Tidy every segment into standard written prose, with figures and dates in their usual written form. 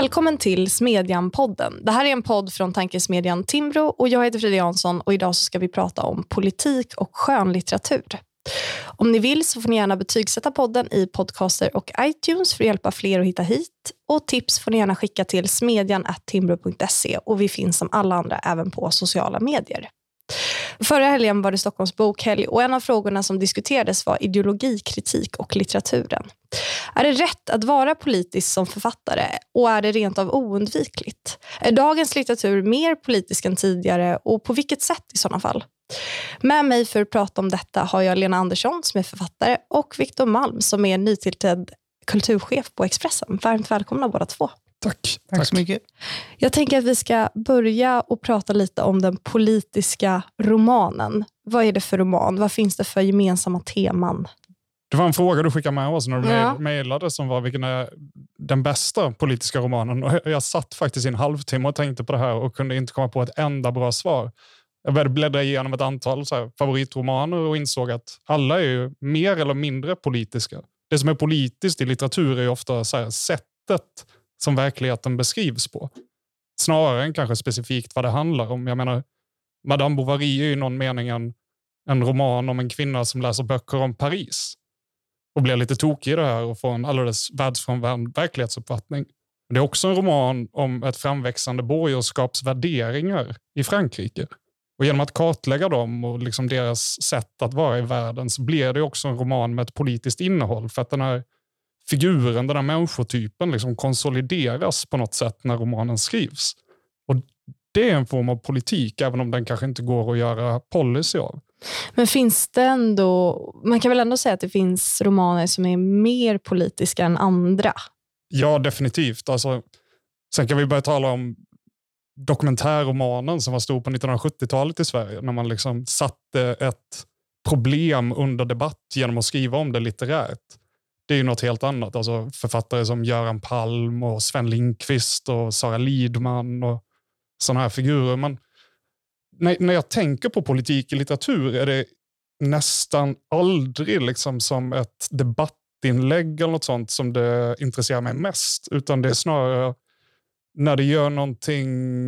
Välkommen till Smedjan-podden. Det här är en podd från tankesmedjan Timbro och jag heter Frida Jansson och idag så ska vi prata om politik och skönlitteratur. Om ni vill så får ni gärna betygsätta podden i podcaster och iTunes för att hjälpa fler att hitta hit. Och tips får ni gärna skicka till smedjan@timbro.se och vi finns som alla andra även på sociala medier. Förra helgen var det Stockholms bokhelg och en av frågorna som diskuterades var ideologikritik och litteraturen. Är det rätt att vara politisk som författare och är det rent av oundvikligt? Är dagens litteratur mer politisk än tidigare och på vilket sätt i sådana fall? Med mig för att prata om detta har jag Lena Andersson som är författare och Viktor Malm som är nytillträdd kulturchef på Expressen. Varmt välkomna båda två. Tack så mycket. Jag tänker att vi ska börja och prata lite om den politiska romanen. Vad är det för roman? Vad finns det för gemensamma teman? Det var en fråga du skickade med oss när du mejlade som var vilken är den bästa politiska romanen. Och jag satt faktiskt i en halvtimme och tänkte på det här och kunde inte komma på ett enda bra svar. Jag började bläddra igenom ett antal favoritromaner och insåg att alla är ju mer eller mindre politiska. Det som är politiskt i litteratur är ju ofta sättet som verkligheten beskrivs på. Snarare än kanske specifikt vad det handlar om. Jag menar, Madame Bovary är ju i någon mening en roman om en kvinna som läser böcker om Paris. Och blir lite tokig i det här och får en alldeles världsfrånvänd verklighetsuppfattning. Det är också en roman om ett framväxande borgerskapsvärderingar i Frankrike. Och genom att kartlägga dem och liksom deras sätt att vara i världen så blir det också en roman med ett politiskt innehåll. För att den här figuren, den här människotypen liksom konsolideras på något sätt när romanen skrivs. Och det är en form av politik även om den kanske inte går att göra policy av. Men finns det ändå, man kan väl ändå säga att det finns romaner som är mer politiska än andra? Ja, definitivt. Alltså, sen kan vi börja tala om dokumentärromanen som var stor på 1970-talet i Sverige. När man liksom satte ett problem under debatt genom att skriva om det litterärt. Det är ju något helt annat. Alltså författare som Göran Palm och Sven Lindqvist och Sara Lidman och sådana här figurer. Men när jag tänker på politik i litteratur är det nästan aldrig liksom som ett debattinlägg eller något sånt som det intresserar mig mest. Utan det är snarare när det gör någonting,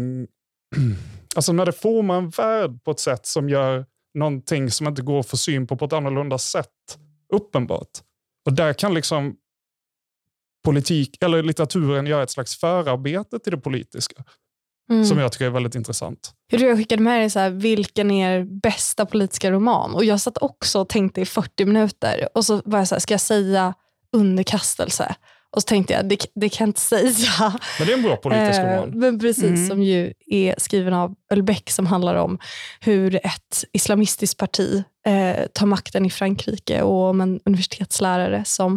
alltså när det formar en värld på ett sätt som gör någonting som inte går att få syn på ett annorlunda sätt uppenbart. Och där kan liksom politik eller litteraturen göra ett slags förarbete till det politiska. Som jag tycker är väldigt intressant. Jag skickade med dig så här, vilken är er bästa politiska roman? Och jag satt också och tänkte i 40 minuter. Och så var jag så här, ska jag säga Underkastelse? Och så tänkte jag, det kan jag inte säga. Men det är en bra politisk roman. Men precis, som ju är skriven av Ölbeck som handlar om hur ett islamistiskt parti tar makten i Frankrike och om en universitetslärare som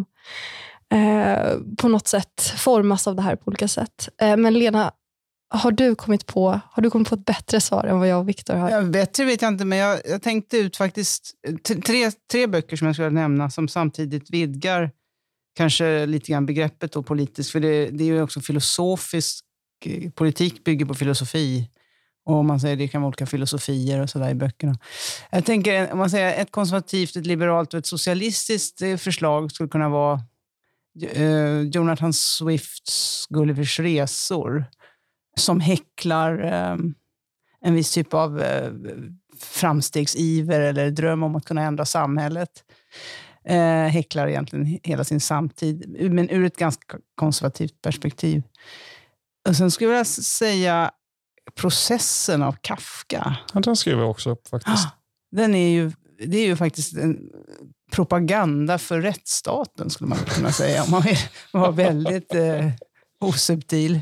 på något sätt formas av det här på olika sätt. Men Lena, har du kommit på ett bättre svar än vad jag och Viktor har? Ja, bättre vet jag inte, men jag tänkte ut faktiskt tre böcker som jag skulle nämna som samtidigt vidgar kanske lite grann begreppet då politiskt, för det är ju också filosofisk, politik bygger på filosofi och man säger det kan vara olika filosofier och sådär i böckerna. Jag tänker, om man säger ett konservativt, ett liberalt och ett socialistiskt förslag skulle kunna vara Jonathan Swifts Gullivers resor som häcklar en viss typ av framstegsiver eller dröm om att kunna ändra samhället. Häcklar egentligen hela sin samtid, men ur ett ganska konservativt perspektiv. Och sen skulle jag vilja säga Processen av Kafka. Ja, den skriver jag också upp faktiskt. Det är ju faktiskt en propaganda för rättsstaten skulle man kunna säga. Om man vill vara väldigt osubtil.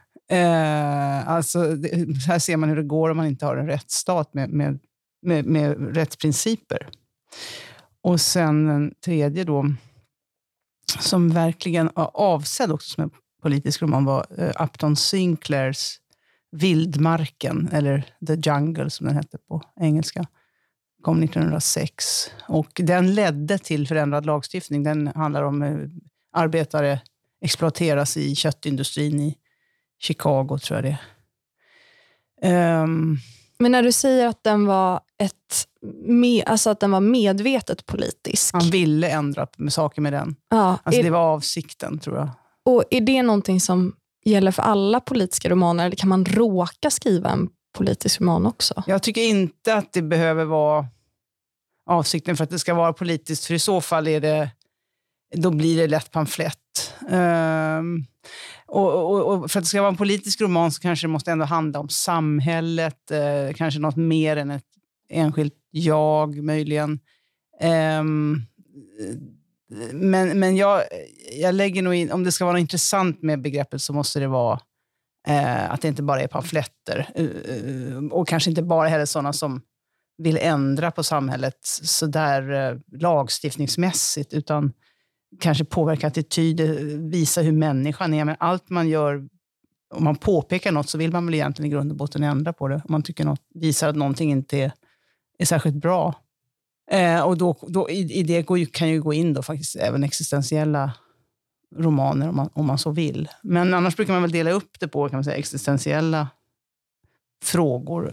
Alltså, här ser man hur det går om man inte har en rättsstat med rättsprinciper. Och sen den tredje då, som verkligen var avsedd också som en politisk roman, var Upton Sinclairs Vildmarken, eller The Jungle som den hette på engelska. Kom 1906. Och den ledde till förändrad lagstiftning. Den handlar om arbetare exploateras i köttindustrin i Chicago, tror jag det är. Men när du säger att den var att den var medvetet politisk. Han ville ändra med saker med den. Ja, alltså det var avsikten, tror jag. Och är det någonting som gäller för alla politiska romaner, eller kan man råka skriva en politisk roman också? Jag tycker inte att det behöver vara avsikten för att det ska vara politiskt, för i så fall då blir det lätt pamflett. Och för att det ska vara en politisk roman så kanske det måste ändå handla om samhället, kanske något mer än ett enskilt jag möjligen. Men jag lägger nog in, om det ska vara något intressant med begreppet så måste det vara att det inte bara är pamfletter och kanske inte bara heller sådana som vill ändra på samhället så där lagstiftningsmässigt, utan kanske påverka attityder, visa hur människan är. Men allt man gör, om man påpekar något så vill man väl egentligen i grund och botten ändra på det. Om man tycker visar att någonting inte är särskilt bra. Och då i det kan ju gå in då faktiskt även existentiella romaner om man så vill. Men annars brukar man väl dela upp det på, kan man säga, existentiella frågor,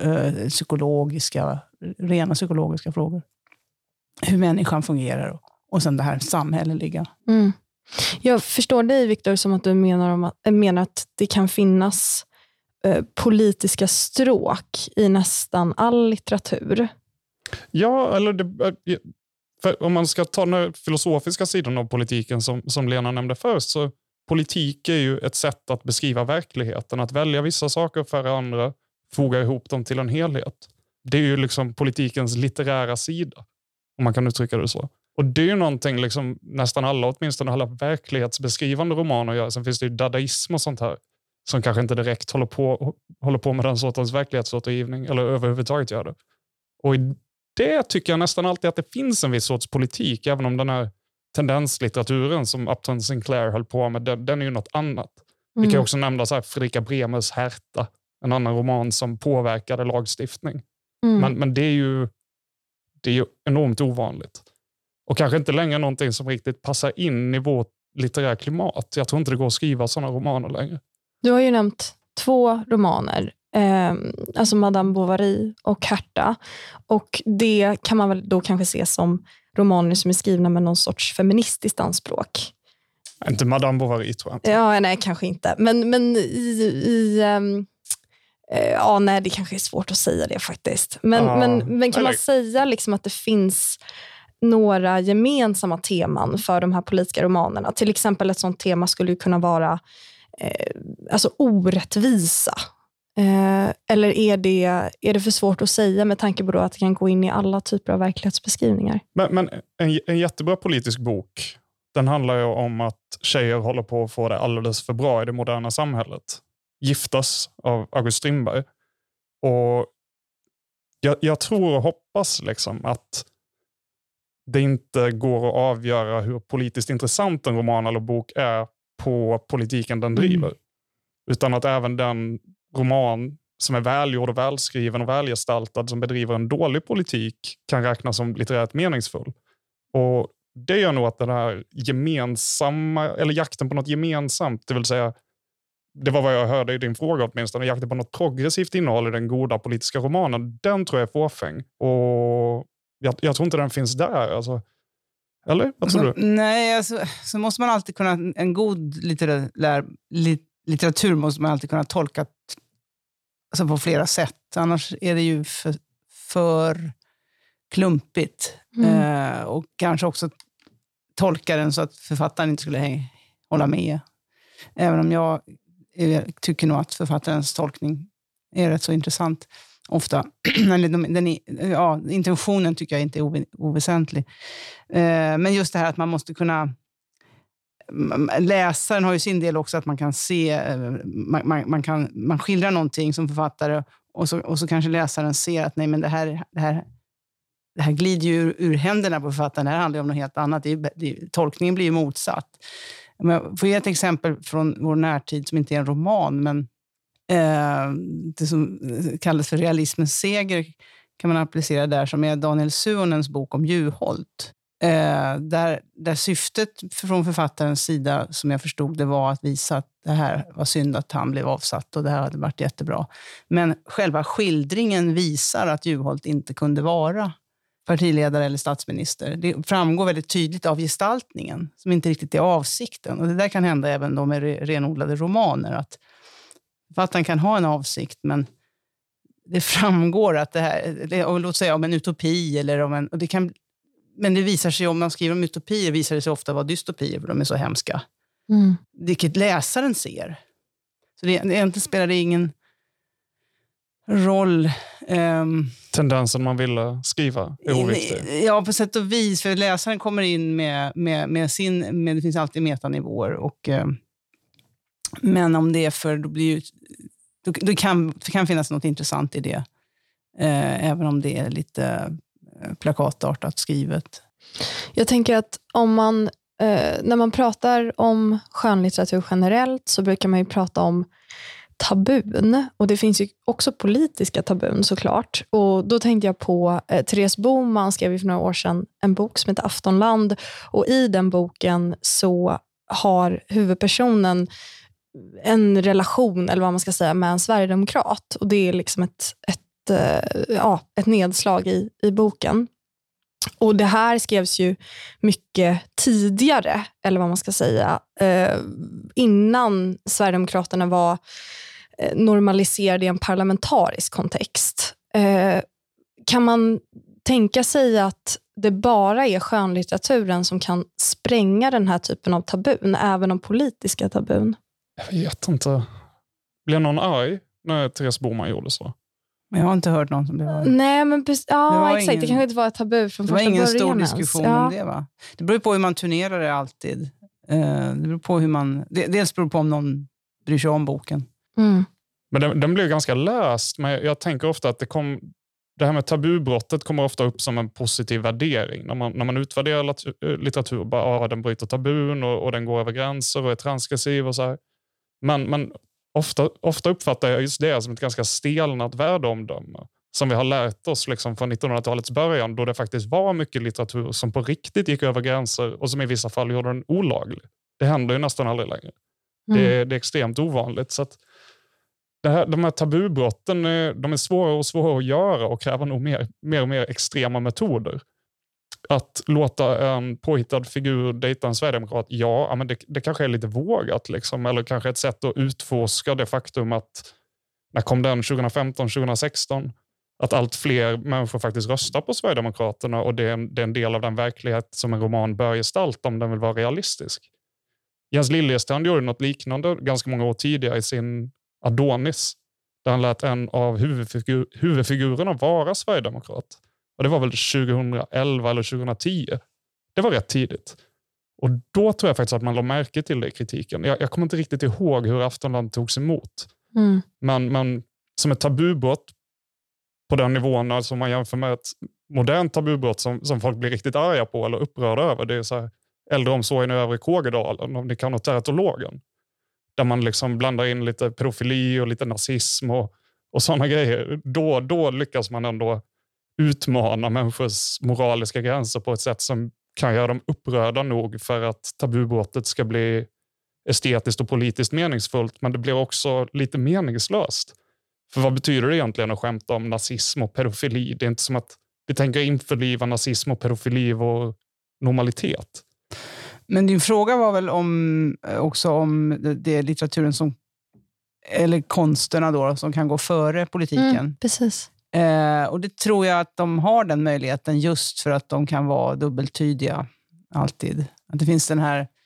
rena psykologiska frågor. Hur människan fungerar och sen det här samhälleliga. Mm. Jag förstår dig, Viktor, som att du menar att det kan finnas politiska stråk i nästan all litteratur. Ja, eller för om man ska ta den filosofiska sidan av politiken som Lena nämnde först, så politik är ju ett sätt att beskriva verkligheten, att välja vissa saker före andra, foga ihop dem till en helhet. Det är ju liksom politikens litterära sida, om man kan uttrycka det så. Och det är ju någonting liksom nästan åtminstone alla verklighetsbeskrivande romaner gör. Sen finns det ju dadaism och sånt här som kanske inte direkt håller på med den sortens verklighetsåtergivning eller överhuvudtaget gör det. Och i det tycker jag nästan alltid att det finns en viss sorts politik, även om den här tendenslitteraturen som Upton Sinclair höll på med, den är ju något annat. Vi kan också nämna så här Fredrika Bremers Herta, en annan roman som påverkade lagstiftning. Men det är ju enormt ovanligt. Och kanske inte längre någonting som riktigt passar in i vårt litterära klimat. Jag tror inte det går att skriva sådana romaner längre. Du har ju nämnt 2 romaner. Alltså Madame Bovary och Herta. Och det kan man väl då kanske se som romaner som är skrivna med någon sorts feministiskt anspråk. Inte Madame Bovary, tror jag inte. Ja, nej, kanske inte. Men nej, det kanske är svårt att säga det faktiskt. Men kan man säga liksom att det finns några gemensamma teman för de här politiska romanerna? Till exempel ett sånt tema skulle ju kunna vara alltså orättvisa. Eller är det för svårt att säga med tanke på då att det kan gå in i alla typer av verklighetsbeskrivningar? Men en jättebra politisk bok, den handlar ju om att tjejer håller på att få det alldeles för bra i det moderna samhället. Giftas av August Strindberg. Och jag tror och hoppas liksom att det inte går att avgöra hur politiskt intressant en roman eller bok är på politiken den driver. Utan att även den roman som är välgjord och välskriven och välgestaltad som bedriver en dålig politik kan räknas som litterärt meningsfull. Och det gör nog att den här gemensamma, eller jakten på något gemensamt, det vill säga, det var vad jag hörde i din fråga åtminstone, jakten på något progressivt innehåll i den goda politiska romanen, den tror jag är fåfäng. Och jag tror inte den finns där. Alltså. Eller? Vad tror du? Nej, alltså, så måste man alltid kunna, en god litteratur måste man alltid kunna tolka alltså på flera sätt. Annars är det ju för klumpigt. Och kanske också tolka den så att författaren inte skulle hålla med. Även om jag tycker nog att författarens tolkning är rätt så intressant ofta. Intentionen tycker jag inte är oväsentlig. Men just det här att man måste kunna, läsaren har ju sin del också, att man kan se, man skildrar någonting som författare och så kanske läsaren ser att nej, men det här glider ju ur händerna på författaren, det här handlar ju om något helt annat, tolkningen blir ju motsatt. Jag får ge ett exempel från vår närtid som inte är en roman, men det som kallas för realismens seger kan man applicera där, som är Daniel Suhonens bok om Juholt. Där syftet från författarens sida, som jag förstod det, var att visa att det här var synd att han blev avsatt och det här hade varit jättebra. Men själva skildringen visar att Juholt inte kunde vara partiledare eller statsminister. Det framgår väldigt tydligt av gestaltningen som inte riktigt är avsikten. Och det där kan hända även då med renodlade romaner. Att författaren kan ha en avsikt, men det framgår att det här, och låt säga om en utopi eller om en, och det kan, men det visar sig, om man skriver om utopier visar det sig ofta vara dystopier för de är så hemska. Vilket läsaren ser. Så det egentligen spelar det ingen roll. Tendensen man vill skriva är oviktig. Ja, på sätt och vis. För läsaren kommer in med sin, det finns alltid metanivåer. Och, men om det är för, då blir ju, det kan finnas något intressant i det. Även om det är lite plakatartat skrivet. Jag tänker att om man, när man pratar om skönlitteratur generellt så brukar man ju prata om tabun. Och det finns ju också politiska tabun såklart. Och då tänkte jag på Therese Boman skrev ju för några år sedan en bok som heter Aftonland. Och i den boken så har huvudpersonen en relation, eller vad man ska säga, med en sverigedemokrat. Och det är liksom ett nedslag i boken. Och det här skrevs ju mycket tidigare, eller vad man ska säga, innan Sverigedemokraterna var normaliserade i en parlamentarisk kontext. Kan man tänka sig att det bara är skönlitteraturen som kan spränga den här typen av tabun, även de politiska tabun? Jag vet inte. Blev någon arg när Therese Boman gjorde så? Men jag har inte hört någon som blev arg. Nej, men exakt. Det kanske inte var ett tabu från första början. Det var ingen stor diskussion om det, va? Det beror på hur man turnerar det alltid. Det beror på hur man... Dels beror på om någon bryr sig om boken. Men den blev ganska löst. Men jag tänker ofta att det här med tabubrottet kommer ofta upp som en positiv värdering. När man utvärderar litteratur, bara den bryter tabun och den går över gränser och är transgressiv och så här. Men ofta uppfattar jag just det som ett ganska stelnat värdeomdöme som vi har lärt oss liksom från 1900-talets början, då det faktiskt var mycket litteratur som på riktigt gick över gränser och som i vissa fall gjorde den olaglig. Det händer ju nästan aldrig längre. Det är extremt ovanligt. Så att de här tabubrotten de är svåra och svåra att göra och kräver nog mer och mer extrema metoder. Att låta en påhittad figur dejta en sverigedemokrat, men det kanske är lite vågat. Liksom, eller kanske ett sätt att utforska det faktum att när kom den 2015-2016 att allt fler människor faktiskt röstar på Sverigedemokraterna och det är en del av den verklighet som en roman bör gestalta om den vill vara realistisk. Jens Liljestrand gjorde något liknande ganska många år tidigare i sin Adonis, där han lät en av huvudfigurerna vara sverigedemokrat. Och det var väl 2011 eller 2010. Det var rätt tidigt. Och då tror jag faktiskt att man lade märke till det i kritiken. Jag kommer inte riktigt ihåg hur Aftonland togs emot. Men som ett tabubrott på den nivån, alltså man jämför med ett modernt tabubrott som folk blir riktigt arga på eller upprörda över. Det är så här äldreomsorgen i övre Kågedalen, om det kan, och teratologen. Där man liksom blandar in lite pedofili och lite nazism och sådana grejer. Då lyckas man ändå utmana människors moraliska gränser på ett sätt som kan göra dem upprörda nog för att tabubrottet ska bli estetiskt och politiskt meningsfullt, men det blir också lite meningslöst. För vad betyder det egentligen att skämta om nazism och pedofili? Det är inte som att vi tänker införliva nazism och pedofili och normalitet. Men din fråga var väl också om det är litteraturen som, eller konsterna då, som kan gå före politiken. Precis. Och det tror jag att de har den möjligheten just för att de kan vara dubbeltydiga alltid. Att det finns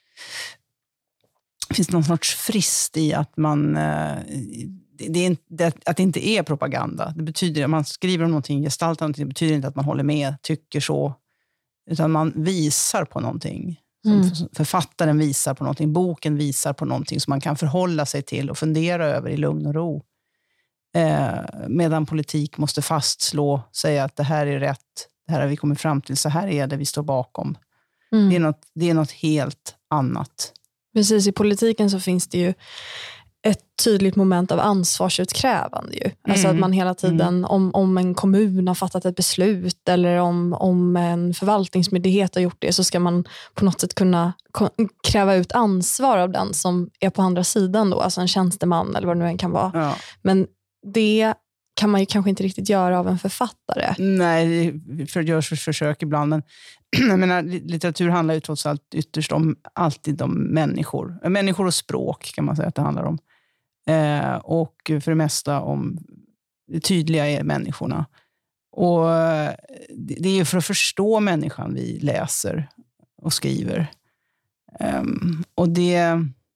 finns någon sorts frist i att man att det inte är propaganda. Det betyder att man skriver om någonting, gestaltar någonting, det betyder inte att man håller med, tycker så, utan man visar på någonting. Författaren visar på någonting, boken visar på någonting som man kan förhålla sig till och fundera över i lugn och ro. Medan politik måste fastslå, säga att det här är rätt, det här har vi kommit fram till, så här är det vi står bakom. Det är något helt annat. Precis, i politiken så finns det ju ett tydligt moment av ansvarsutkrävande ju. Alltså att man hela tiden, om en kommun har fattat ett beslut eller om en förvaltningsmyndighet har gjort det, så ska man på något sätt kunna kräva ut ansvar av den som är på andra sidan då, alltså en tjänsteman eller vad det nu än kan vara. Ja. Men det kan man ju kanske inte riktigt göra av en författare. Nej, det görs försök ibland. Men jag menar, litteratur handlar ju trots allt ytterst alltid om människor. Människor och språk kan man säga att det handlar om. Och för det mesta om det tydliga är människorna. Och det är ju för att förstå människan vi läser och skriver. Och det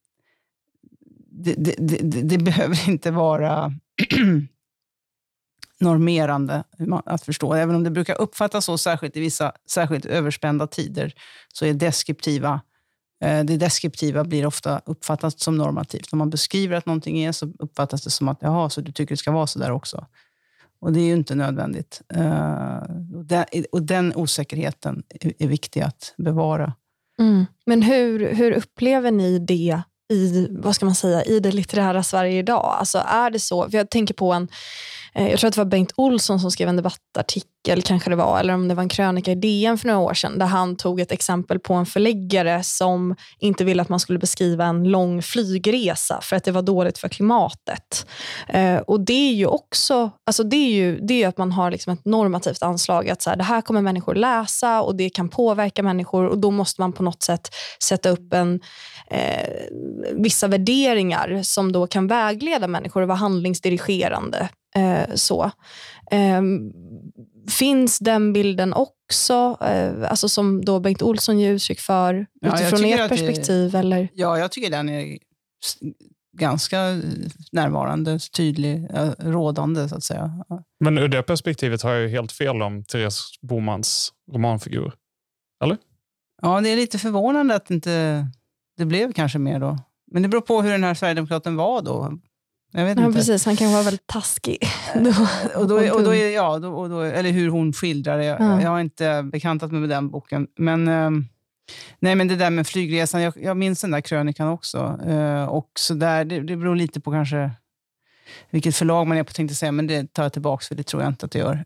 behöver inte vara normerande att förstå. Även om det brukar uppfattas så, särskilt i vissa särskilt överspända tider, så är det deskriptiva blir ofta uppfattat som normativt. Om man beskriver att någonting är, så uppfattas det som att jaha, så du tycker det ska vara så där också. Och det är ju inte nödvändigt. Och den osäkerheten är viktig att bevara. Men hur upplever ni det i det litterära Sverige idag? Alltså är det så, för jag tänker på jag tror att det var Bengt Olsson som skrev en debattartikel, kanske det var, eller om det var en krönika i DN för några år sedan, där han tog ett exempel på en förläggare som inte ville att man skulle beskriva en lång flygresa för att det var dåligt för klimatet. Och det är ju också, alltså det är ju att man har liksom ett normativt anslag att så här, det här kommer människor läsa och det kan påverka människor, och då måste man på något sätt sätta upp vissa värderingar som då kan vägleda människor och vara handlingsdirigerande. Finns den bilden också, alltså som då Bengt Olsson ger uttryck för utifrån ert perspektiv? Eller? Ja, jag tycker den är ganska närvarande, tydlig, rådande så att säga. Men ur det perspektivet har jag ju helt fel om Therese Bomans romanfigur. Eller? Ja, det är lite förvånande att inte det blev kanske mer då. Men det beror på hur den här Sverigedemokraten var då. Jag vet inte. Precis, han kan vara väldigt taskig. Eller hur hon skildrar det. Jag har inte bekantat mig med den boken. Men men det där med flygresan, jag minns den där krönikan också. Och så där, det beror lite på kanske vilket förlag man är på, tänkte säga, men det tar jag tillbaka, för det tror jag inte att det gör.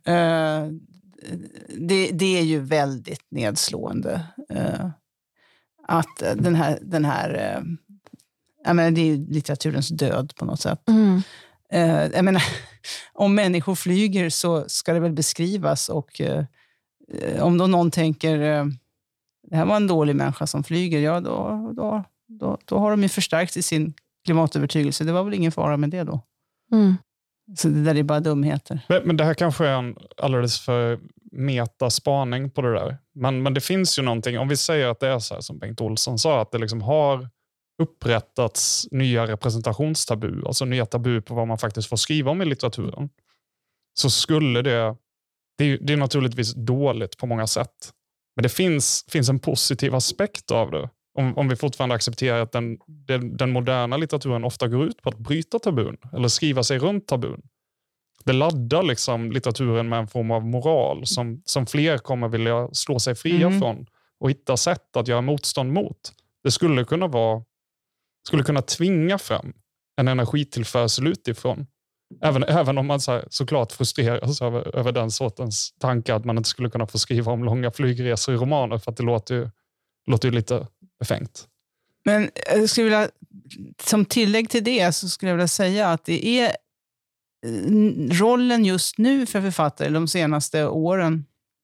Det är ju väldigt nedslående att den här jag menar, det är litteraturens död på något sätt. Jag menar, om människor flyger så ska det väl beskrivas, och om då någon tänker det här var en dålig människa som flyger, ja då har de ju förstärkt i sin klimatövertygelse. Det var väl ingen fara med det då. Så det där är bara dumheter. Men det här kanske är en alldeles för metaspaning på det där. Men det finns ju någonting, om vi säger att det är så här som Bengt Olsson sa, att det liksom har upprättats nya representationstabu, alltså nya tabu på vad man faktiskt får skriva om i litteraturen, så skulle det är naturligtvis dåligt på många sätt. Men det finns en positiv aspekt av det. Om vi fortfarande accepterar att den moderna litteraturen ofta går ut på att bryta tabun eller skriva sig runt tabun. Det laddar liksom litteraturen med en form av moral som fler kommer vilja slå sig fria från och hitta sätt att göra motstånd mot. Det skulle kunna tvinga fram en energitillförsel utifrån. Även om man såklart frustreras över den sortens tankar att man inte skulle kunna få skriva om långa flygresor i romaner, för att det låter ju lite befängt. Men jag skulle vilja, som tillägg till det, så skulle jag vilja säga att det är rollen just nu för författare de senaste åren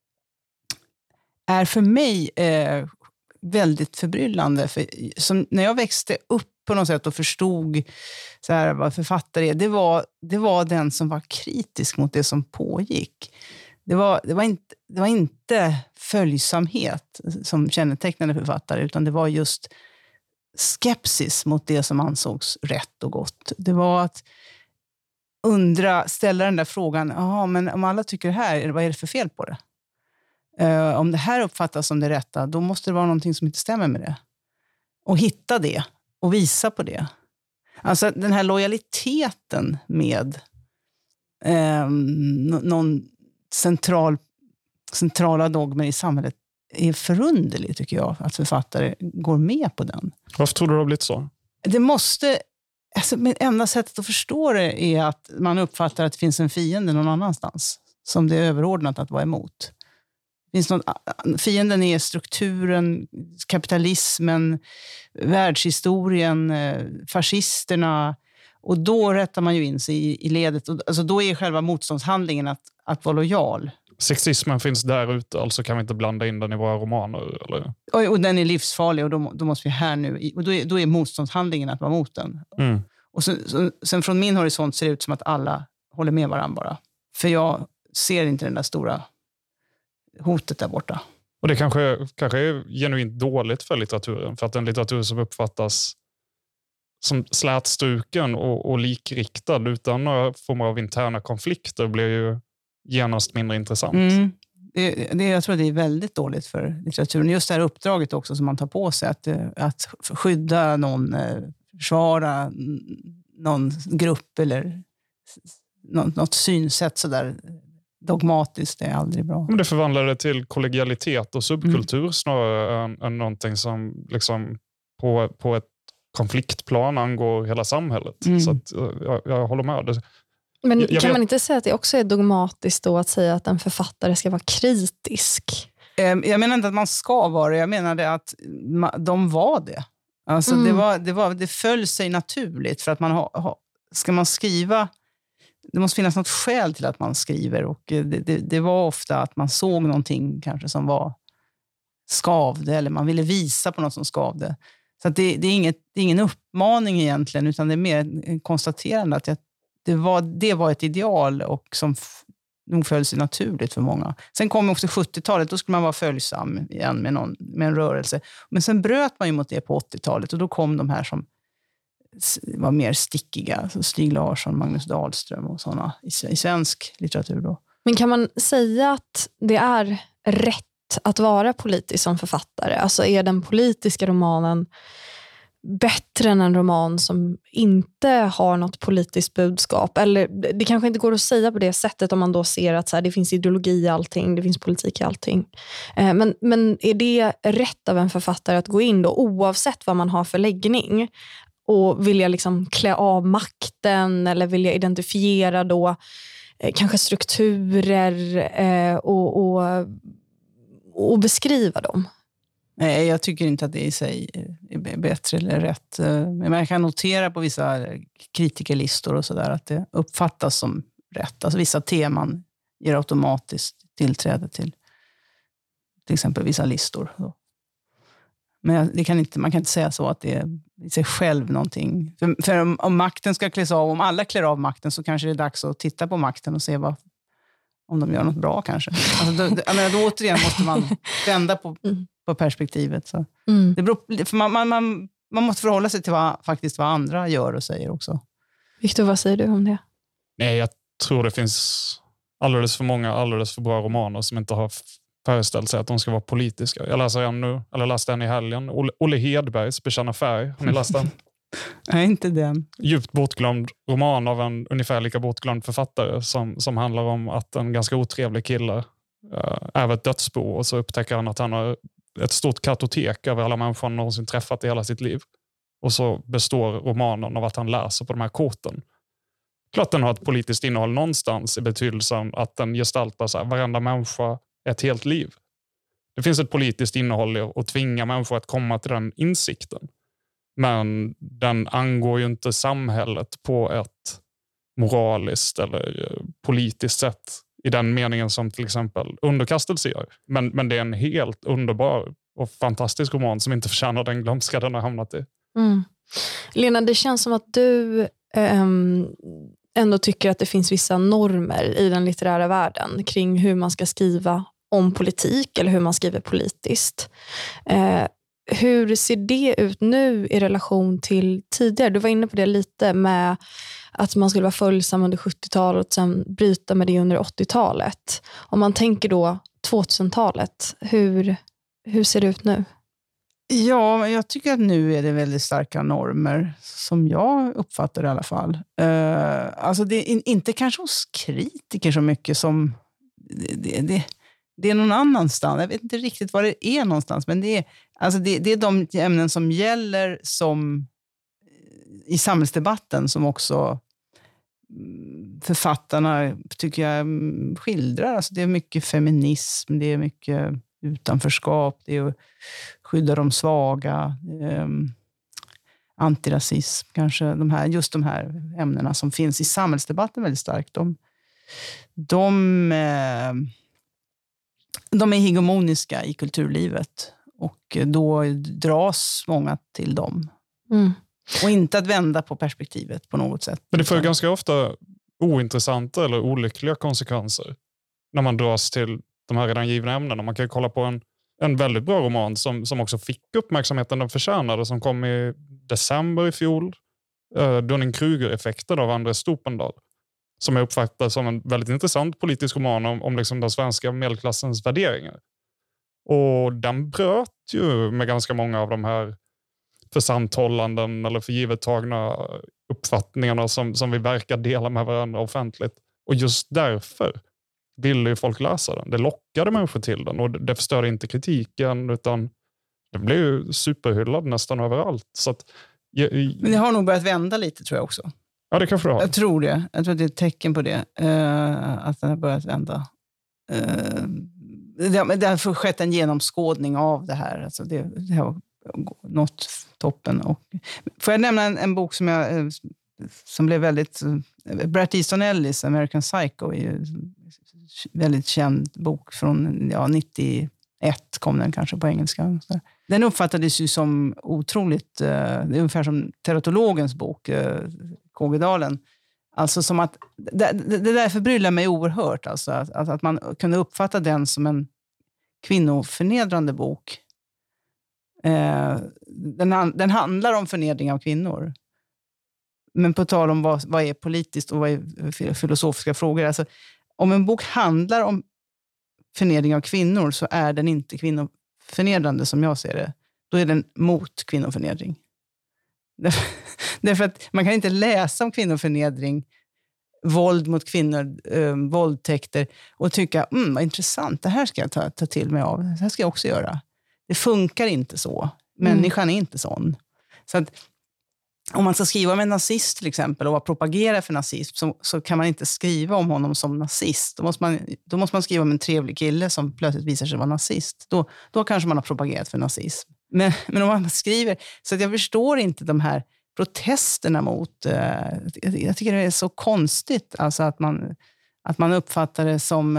är för mig väldigt förbryllande. För när jag växte upp på något sätt och förstod så här, vad författare är, det var den som var kritisk mot det som pågick. Det var inte följsamhet som kännetecknade författare, utan det var just skepsis mot det som ansågs rätt och gott. Det var att ställa den där frågan, men om alla tycker det här, vad är det för fel på det? Om det här uppfattas som det rätta, då måste det vara någonting som inte stämmer med det. Och hitta det och visa på det. Alltså den här lojaliteten med någon centrala dogmer i samhället är förunderlig, tycker jag, att författare går med på den. Varför tror du det har blivit så? Det måste... Alltså, enda sättet att förstå det är att man uppfattar att det finns en fiende någon annanstans som det är överordnat att vara emot. Fienden är strukturen, kapitalismen, världshistorien, fascisterna Och då rättar man ju in sig i ledet. Alltså då är själva motståndshandlingen att vara lojal. Sexismen finns där ute, alltså kan vi inte blanda in den i våra romaner? Eller? Och den är livsfarlig och då måste vi här nu. Och då är motståndshandlingen att vara mot den. Mm. Och sen från min horisont ser det ut som att alla håller med varandra bara. För jag ser inte den där stora hotet där borta. Och det kanske är genuint dåligt för litteraturen. För att en litteratur som uppfattas som slätstruken och likriktad utan några former av interna konflikter blir ju genast mindre intressant. Mm. Jag tror att det är väldigt dåligt för litteraturen. Just det här uppdraget också som man tar på sig. Att skydda någon, försvara någon grupp eller något synsätt sådär dogmatiskt är aldrig bra. Men det förvandlar det till kollegialitet och subkultur snarare än någonting som liksom på ett konfliktplan angår hela samhället. Så att, jag håller med. Men kan man inte säga att det också är dogmatiskt då att säga att en författare ska vara kritisk? Jag menar inte att man ska vara det. Jag menade att de var det. Alltså det föll sig naturligt för att man ska man skriva, det måste finnas något skäl till att man skriver och det var ofta att man såg någonting kanske som var skavde eller man ville visa på något som skavde. Så att det är ingen uppmaning egentligen utan det är mer en konstaterande att det var ett ideal och som nog föll sig naturligt för många. Sen kom också 70-talet, då skulle man vara följsam igen med en rörelse. Men sen bröt man ju mot det på 80-talet och då kom de här som var mer stickiga. Så Stig Larsson, Magnus Dahlström och sådana i svensk litteratur då. Men kan man säga att det är rätt att vara politisk som författare? Alltså är den politiska romanen bättre än en roman som inte har något politiskt budskap? Eller det kanske inte går att säga på det sättet om man då ser att så här, det finns ideologi i allting, det finns politik i allting. Men är det rätt av en författare att gå in då oavsett vad man har för läggning och vilja liksom klä av makten eller vilja identifiera då kanske strukturer och beskriva dem? Nej, jag tycker inte att det i sig är bättre eller rätt. Men jag kan notera på vissa kritikerlistor och sådär att det uppfattas som rätt. Alltså vissa teman ger automatiskt tillträde till exempel vissa listor. Men man kan inte säga så att det är i sig själv någonting. För om makten ska kläs av, om alla klär av makten så kanske det är dags att titta på makten och se om de gör något bra kanske. Alltså då återigen måste man vända på perspektivet. Så. Det beror, för man måste förhålla sig till vad andra gör och säger också. Victor, vad säger du om det? Nej, jag tror det finns alldeles för bra romaner som inte har föreställt sig att de ska vara politiska. Jag läste en i helgen. Olle Hedbergs Bekänna färg. Har ni läst den? Nej, inte den. Djupt bortglömd roman av en ungefär lika bortglömd författare som handlar om att en ganska otrevlig kille är ett dödsbo och så upptäcker han att han har ett stort kartotek över alla människor han någonsin träffat i hela sitt liv. Och så består romanen av att han läser på de här korten. Klart den har ett politiskt innehåll någonstans i betydelsen att den gestaltar så här, varenda människa ett helt liv. Det finns ett politiskt innehåll i att tvinga människor att komma till den insikten. Men den angår ju inte samhället på ett moraliskt eller politiskt sätt i den meningen som till exempel Underkastelse gör. Men det är en helt underbar och fantastisk roman som inte förtjänar den glömska den har hamnat i. Lena, det känns som att du ändå tycker att det finns vissa normer i den litterära världen kring hur man ska skriva om politik eller hur man skriver politiskt. Hur ser det ut nu i relation till tidigare? Du var inne på det lite med att man skulle vara följsam under 70-talet och sen bryta med det under 80-talet. Om man tänker då 2000-talet, hur ser det ut nu? Ja, jag tycker att nu är det väldigt starka normer som jag uppfattar i alla fall. Alltså det är inte kanske hos kritiker så mycket som det är någon annanstans. Jag vet inte riktigt vad det är någonstans, men det är de ämnen som gäller som i samhällsdebatten som också författarna tycker jag skildrar. Alltså det är mycket feminism, det är mycket utanförskap, det är att skydda de svaga. antirasism, kanske just de här ämnena som finns i samhällsdebatten väldigt starkt. De är hegemoniska i kulturlivet och då dras många till dem. Och inte att vända på perspektivet på något sätt. Men det får ju ganska ofta ointressanta eller olyckliga konsekvenser när man dras till de här redan givna ämnena. Man kan ju kolla på en väldigt bra roman som också fick uppmärksamheten den förtjänade, som kom i december i fjol. Dunning-Kruger-effekten av Andres Stopendal. Som jag uppfattar som en väldigt intressant politisk roman om liksom den svenska medelklassens värderingar. Och den bröt ju med ganska många av de här församthållanden eller förgivettagna uppfattningarna som vi verkar dela med varandra offentligt. Och just därför ville ju folk läsa den. Det lockade människor till den och det förstörde inte kritiken, utan det blev ju superhyllad nästan överallt. Så att, men det har nog börjat vända lite, tror jag också. Ja, det kanske det har. Jag tror det. Jag tror att det är ett tecken på det. Att den har börjat vända. Det har skett en genomskådning av det här. Alltså det har nått toppen. Och, får jag nämna en bok som blev väldigt... Bret Easton Ellis, American Psycho, är ju väldigt känd bok från 91 kom den kanske på engelska. Den uppfattades ju som otroligt... det är ungefär som teratologens bok, Kågedalen. Alltså som att... Det därför bryllar mig oerhört. Alltså att man kunde uppfatta den som en kvinnoförnedrande bok. Den handlar om förnedring av kvinnor. Men på tal om vad är politiskt och vad är filosofiska frågor. Alltså, om en bok handlar om förnedring av kvinnor så är den inte kvinnoförnedrande som jag ser det. Då är den mot kvinnoförnedring. Därför att man kan inte läsa om kvinnoförnedring, våld mot kvinnor, våldtäkter och tycka, vad intressant, det här ska jag ta till mig av. Det här ska jag också göra. Det funkar inte så. Människan är inte sån. Så att om man ska skriva om en nazist till exempel och propagera för nazism så kan man inte skriva om honom som nazist. Då måste man skriva om en trevlig kille som plötsligt visar sig vara nazist. Då kanske man har propagerat för nazism. Men om man skriver... Så att jag förstår inte de här protesterna mot... jag tycker det är så konstigt alltså att man uppfattar det som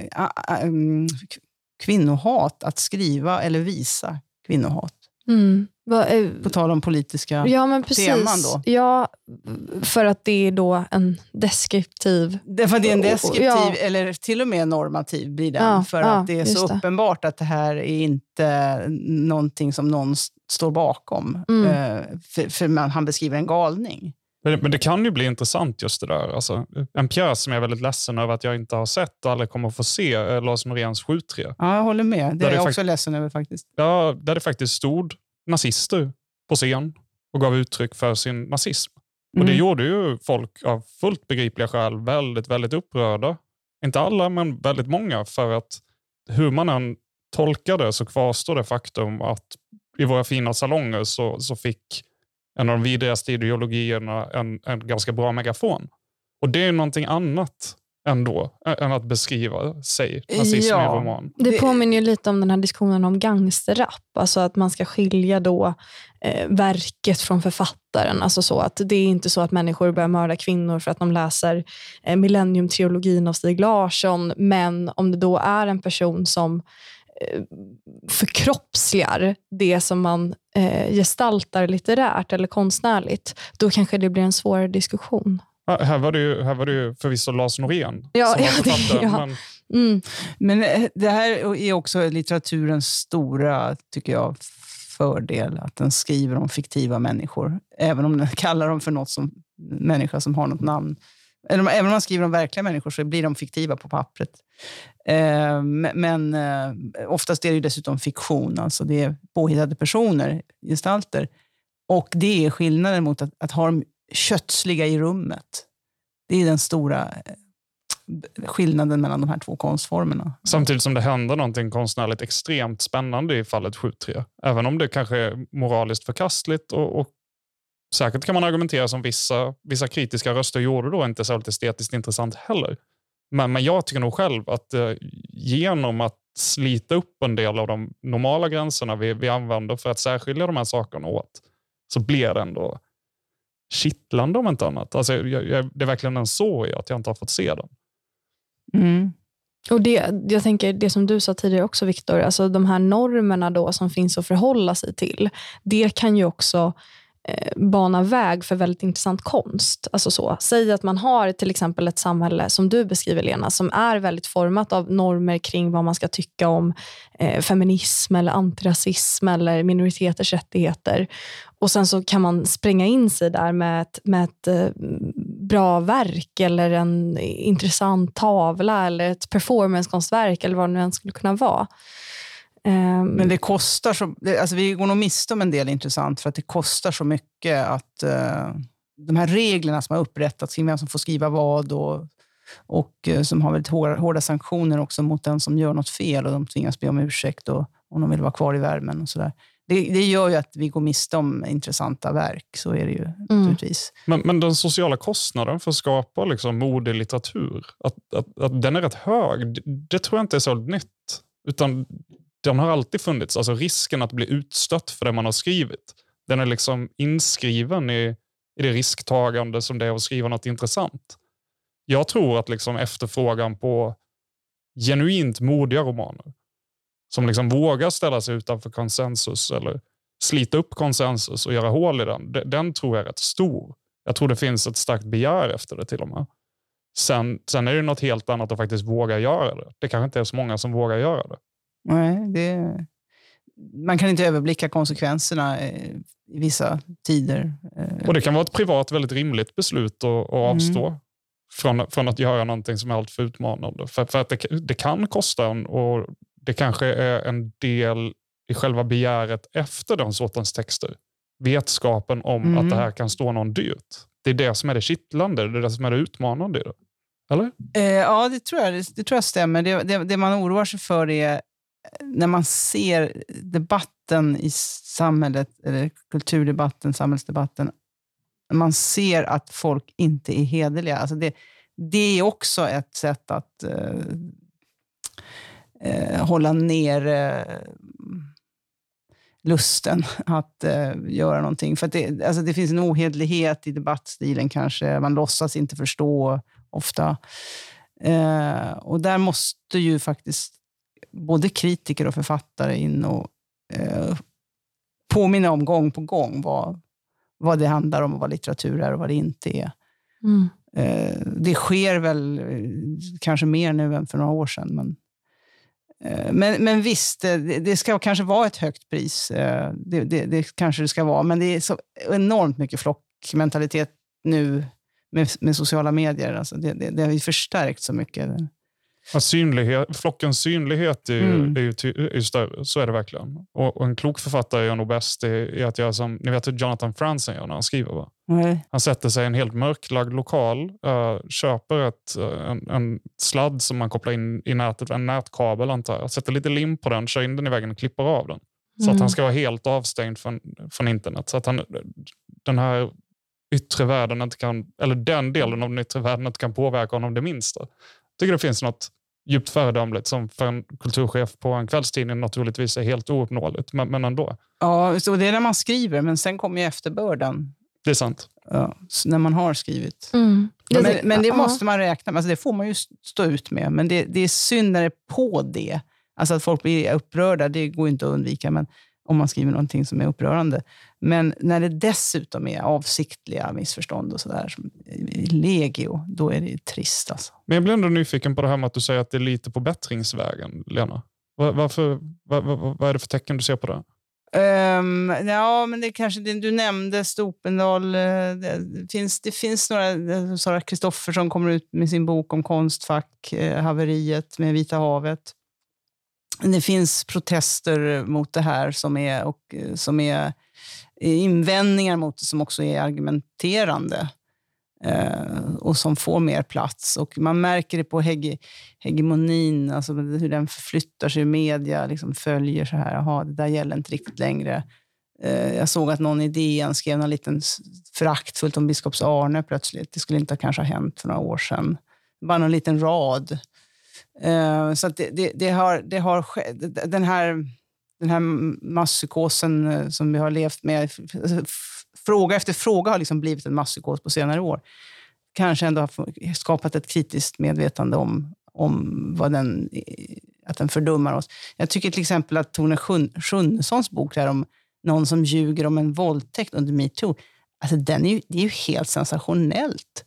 kvinnohat att skriva eller visa kvinnohat. På tal om politiska teman då. Ja, för att det är då en deskriptiv... Därför att det är en deskriptiv eller till och med normativ blir den. För att det är så uppenbart att det här är inte någonting som någon står bakom. För han beskriver en galning. Men det kan ju bli intressant just det där. Alltså, en pjäs som jag är väldigt ledsen över att jag inte har sett och aldrig kommer att få se är Lars Noréns 7-3. Ja, jag håller med. Det är jag också ledsen över faktiskt. Ja, där det faktiskt stod nazister på scen och gav uttryck för sin nazism. Och det gjorde ju folk av fullt begripliga skäl väldigt, väldigt upprörda. Inte alla, men väldigt många. För att hur man än tolkade så kvarstår det faktum att i våra fina salonger så fick en av de vidrigaste ideologierna en ganska bra megafon. Och det är någonting annat ändå än att beskriva sig nazism i en roman. Det påminner ju lite om den här diskussionen om gangsterrap. Alltså att man ska skilja då verket från författaren. Alltså så att det är inte så att människor börjar mörda kvinnor för att de läser Millennium-trilogin av Stig Larsson. Men om det då är en person som förkroppsligar det som man gestaltar litterärt eller konstnärligt, då kanske det blir en svårare diskussion. Ja, här var det ju förvisso Lars Norén. Men det här är också litteraturens stora, tycker jag, fördel, att den skriver om fiktiva människor. Även om den kallar dem för något som människa som har något namn. Eller även om man skriver om verkliga människor så blir de fiktiva på pappret. Men oftast är det ju dessutom fiktion. Alltså det är påhittade personer, gestalter. Och det är skillnaden mot att ha dem kötsliga i rummet. Det är den stora skillnaden mellan de här två konstformerna. Samtidigt som det händer någonting konstnärligt extremt spännande i fallet 7-3. Även om det kanske är moraliskt förkastligt och säkert kan man argumentera som vissa kritiska röster gjorde då inte så estetiskt intressant heller. Men jag tycker nog själv att genom att slita upp en del av de normala gränserna vi använder för att särskilja de här sakerna åt, så blir det ändå kittlande om inte annat. Alltså, det är verkligen en sorg att jag inte har fått se den. Mm. Och jag tänker det som du sa tidigare också, Viktor, alltså de här normerna då som finns att förhålla sig till, det kan ju också bana väg för väldigt intressant konst. Alltså så. Säg att man har till exempel ett samhälle som du beskriver, Lena, som är väldigt format av normer kring vad man ska tycka om feminism eller antirasism eller minoriteters rättigheter. Och sen så kan man spränga in sig där med ett bra verk eller en intressant tavla eller ett performancekonstverk eller vad det nu än skulle kunna vara. Men det kostar så, alltså vi går nog miste om en del intressant för att det kostar så mycket att de här reglerna som har upprättats kring vem som får skriva vad och som har väldigt hårda sanktioner också mot den som gör något fel och de tvingas be om ursäkt och om de vill vara kvar i värmen och sådär. Det gör ju att vi går miste om intressanta verk, så är det ju naturligtvis. Men den sociala kostnaden för att skapa liksom modelitteratur, att den är rätt hög, det tror jag inte är så nytt. Utan den har alltid funnits. Alltså risken att bli utstött för det man har skrivit, den är liksom inskriven i det risktagande som det är att skriva något intressant. Jag tror att liksom efterfrågan på genuint modiga romaner som liksom vågar ställa sig utanför konsensus eller slita upp konsensus och göra hål i den tror jag är rätt stor. Jag tror det finns ett starkt begär efter det till och med. Sen är det något helt annat att faktiskt våga göra det. Det kanske inte är så många som vågar göra det. Nej, man kan inte överblicka konsekvenserna i vissa tider. Och det kan vara ett privat väldigt rimligt beslut att avstå från att göra någonting som är allt för utmanande. För att det kan kosta och det kanske är en del i själva begäret efter den sortens texter. Vetskapen om att det här kan stå någon dyrt. Det är det som är det kittlande, det är det som är det utmanande i det. Eller? Ja, det tror jag stämmer. Det man oroar sig för är när man ser debatten i samhället, eller kulturdebatten, samhällsdebatten, man ser att folk inte är hederliga. Alltså det är också ett sätt att hålla ner lusten att göra någonting. För att det finns en ohederlighet i debattstilen kanske. Man låtsas inte förstå ofta. Och där måste ju faktiskt både kritiker och författare in och påminna om gång på gång vad det handlar om och vad litteratur är och vad det inte är. Det sker väl kanske mer nu än för några år sedan. Men visst, det ska kanske vara ett högt pris. Det kanske det ska vara. Men det är så enormt mycket flockmentalitet nu med sociala medier. Alltså det har ju förstärkt så mycket. Flockens synlighet är ju större, så är det verkligen. Och en klok författare gör nog bäst i att göra som, ni vet hur Jonathan Franzen gör när han skriver, va? Han sätter sig i en helt mörklagd lokal, köper en sladd som man kopplar in i nätet, en nätkabel antar jag, sätter lite lim på den, kör in den i väggen och klipper av den. Så att han ska vara helt avstängd från internet. Så att den här yttre världen inte kan, eller den delen av den yttre världen inte kan påverka honom det minsta. Jag tycker det finns något djupt föredömligt som för en kulturchef på en kvällstidning naturligtvis är helt ouppnåeligt, men ändå. Ja, så det är när man skriver, men sen kommer ju efterbörden. Det är sant. Ja, när man har skrivit. Men det måste man räkna med. Alltså det får man ju stå ut med. Men det är synd när det är på det. Alltså att folk blir upprörda, det går inte att undvika. Men om man skriver någonting som är upprörande. Men när det dessutom är avsiktliga missförstånd och sådär, legio, då är det trist alltså. Men jag blir ändå nyfiken på det här med att du säger att det är lite på bättringsvägen, Lena. Vad är det för tecken du ser på det? Ja, men det kanske du nämnde Stopendal. Det finns några, Sara Kristoffer som kommer ut med sin bok om Konstfack, haveriet med Vita havet. Det finns protester mot det här som är invändningar mot det som också är argumenterande och som får mer plats. Och man märker det på hegemonin, alltså hur den förflyttar sig i media, liksom följer så här, jaha, det där gäller inte riktigt längre. Jag såg att någon i DN skrev någon liten föraktfullt om biskops Arne plötsligt. Det skulle inte kanske ha hänt för några år sedan. Bara någon liten rad. Så att det har skett. Den här masspsykosen som vi har levt med, fråga efter fråga har liksom blivit en masspsykos på senare år. Kanske ändå har skapat ett kritiskt medvetande om att den fördummar oss. Jag tycker till exempel att Tone Schunnessons bok där om någon som ljuger om en våldtäkt under MeToo, alltså det är ju helt sensationellt.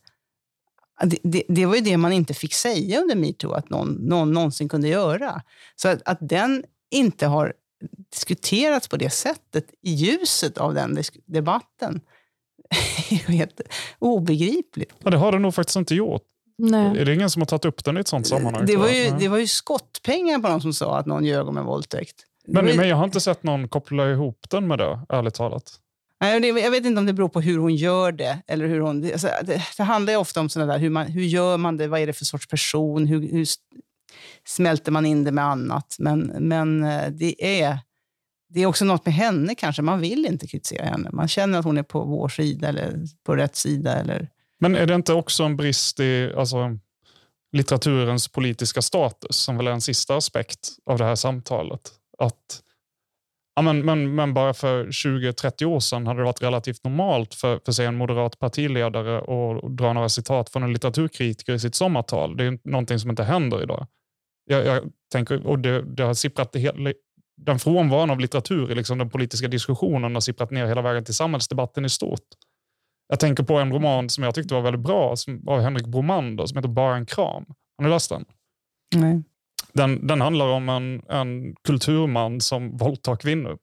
Det var ju det man inte fick säga under MeToo att någon någonsin kunde göra. Så att den inte har diskuterats på det sättet i ljuset av den debatten är helt obegripligt. Ja, det har det nog faktiskt inte gjort. Nej. Är det ingen som har tagit upp den i ett sånt sammanhang? Det var ju skottpengar på någon som sa att någon ljög om en våldtäkt. Men jag har inte sett någon koppla ihop den med det, ärligt talat. Nej, jag vet inte om det beror på hur hon gör det. Eller hur hon, alltså, det handlar ju ofta om sådana där, hur gör man det, vad är det för sorts person, hur smälter man in det med annat. Men det är också något med henne kanske. Man vill inte kritisera henne. Man känner att hon är på vår sida eller på rätt sida. Eller... Men är det inte också en brist i litteraturens politiska status som väl är en sista aspekt av det här samtalet? Att men bara för 20-30 år sedan hade det varit relativt normalt för sig en moderat partiledare att dra några citat från en litteraturkritiker i sitt sommartal. Det är någonting som inte händer idag. Jag tänker, och det har sipprat den frånvaron av litteratur i liksom den politiska diskussionen har sipprat ner hela vägen till samhällsdebatten i stort. Jag tänker på en roman som jag tyckte var väldigt bra av Henrik Bromander som heter Bara en kram. Har ni läst den? Nej. Den handlar om en kulturman som våldtar kvinnor.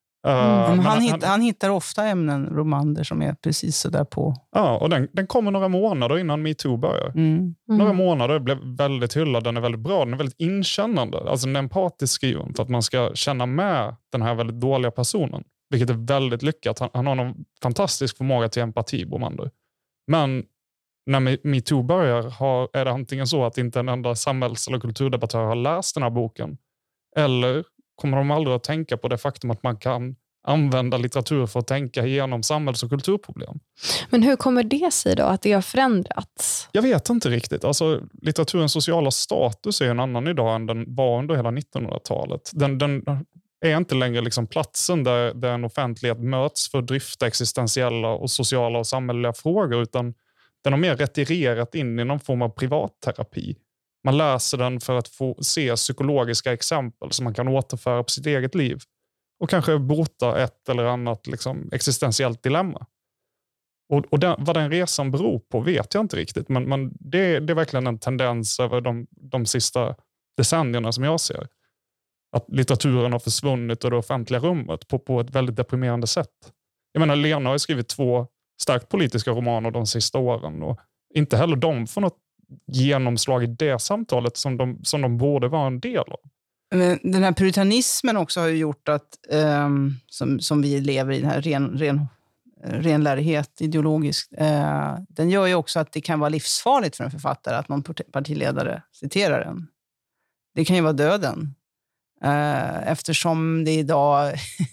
Han hittar ofta ämnen, Bromander, som är precis så där på. Ja, och den kommer några månader innan MeToo börjar. Några månader, blev väldigt hyllad, den är väldigt bra, den är väldigt inkännande. Alltså den är empatiskt skriven för att man ska känna med den här väldigt dåliga personen. Vilket är väldigt lyckat. Han har någon fantastisk förmåga till empati, Bromander. Men när MeToo börjar är det antingen så att inte en enda samhälls- eller kulturdebattör har läst den här boken. Eller kommer de aldrig att tänka på det faktum att man kan använda litteratur för att tänka igenom samhälls- och kulturproblem. Men hur kommer det sig då att det har förändrats? Jag vet inte riktigt. Alltså, litteraturens sociala status är en annan idag än den var under hela 1900-talet. Den är inte längre liksom platsen där en offentlighet möts för att dryfta existentiella och sociala och samhälleliga frågor, utan den har mer retirerat in i någon form av privatterapi. Man läser den för att få se psykologiska exempel som man kan återföra på sitt eget liv och kanske bota ett eller annat liksom existentiellt dilemma. Och vad den resan beror på vet jag inte riktigt, men det är verkligen en tendens över de sista decennierna som jag ser. Att litteraturen har försvunnit ur det offentliga rummet på ett väldigt deprimerande sätt. Jag menar, Lena har skrivit 2 starkt politiska romaner de sista åren och inte heller de får något genomslag i det samtalet som de borde vara en del av. Men den här puritanismen också har ju gjort att som vi lever i den här renlärighet ideologiskt, den gör ju också att det kan vara livsfarligt för en författare att någon partiledare citerar den. Det kan ju vara döden. Eftersom det idag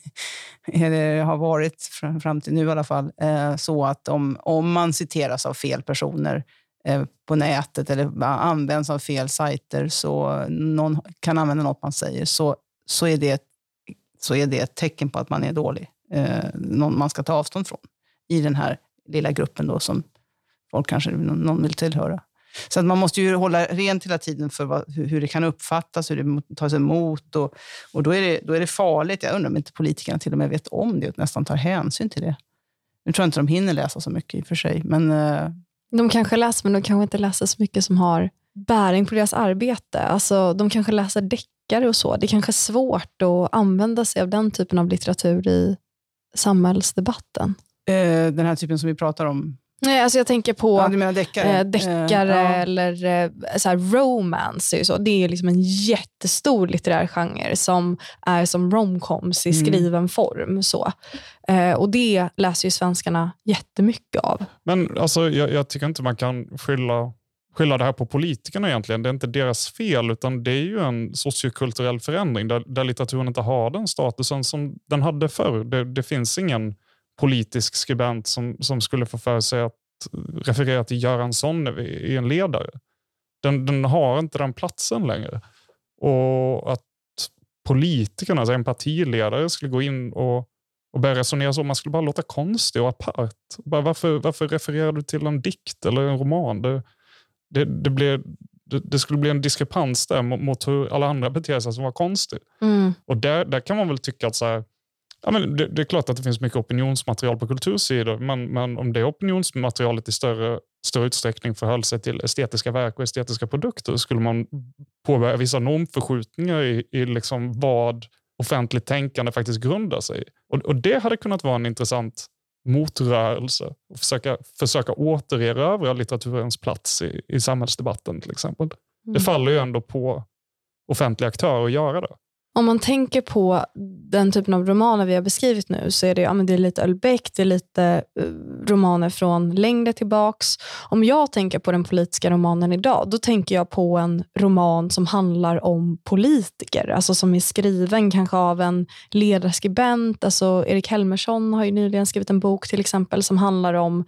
har varit fram till nu i alla fall så att om man citeras av fel personer på nätet eller används av fel sajter så någon kan använda något man säger så är det ett tecken på att man är dålig. Någon man ska ta avstånd från i den här lilla gruppen då som folk kanske någon vill tillhöra. Så att man måste ju hålla rent hela tiden för hur det kan uppfattas, hur det tas emot och då är det farligt. Jag undrar om inte politikerna till och med vet om det och nästan tar hänsyn till det. Nu tror jag inte de hinner läsa så mycket i och för sig. Men, de kanske läser, men de kanske inte läser så mycket som har bäring på deras arbete. Alltså, de kanske läser deckare och så. Det är kanske svårt att använda sig av den typen av litteratur i samhällsdebatten. Den här typen som vi pratar om. Nej, alltså jag tänker på du menar deckare? Eller så här romance. Så. Det är liksom en jättestor litterär genre som är som romcoms i skriven form. Så. Och det läser ju svenskarna jättemycket av. Men alltså, jag tycker inte man kan skylla det här på politikerna egentligen. Det är inte deras fel, utan det är ju en sociokulturell förändring där litteraturen inte har den statusen som den hade förr. Det finns ingen politisk skribent som skulle få för sig att referera till Göran Sonnevi i en ledare. Den har inte den platsen längre. Och att politikerna, alltså en partiledare, skulle gå in och och börja resonera så. Man skulle bara låta konstig och apart. Bara, varför refererar du till en dikt eller en roman? Det skulle bli en diskrepans där mot hur alla andra beter sig som var konstigt. Och där kan man väl tycka att så här, ja, men det är klart att det finns mycket opinionsmaterial på kultursidor, men om det opinionsmaterialet i större utsträckning förhöll sig till estetiska verk och estetiska produkter, skulle man påbörja vissa normförskjutningar i liksom vad offentligt tänkande faktiskt grundar sig. Och det hade kunnat vara en intressant motrörelse och försöka återerövra litteraturens plats i samhällsdebatten till exempel. Det faller ju ändå på offentliga aktörer att göra det. Om man tänker på den typen av romaner vi har beskrivit nu, så är det är lite Ölbeck, det är lite romaner från längre tillbaks. Om jag tänker på den politiska romanen idag, då tänker jag på en roman som handlar om politiker, alltså som är skriven kanske av en ledarskribent. Alltså Erik Helmersson har ju nyligen skrivit en bok till exempel som handlar om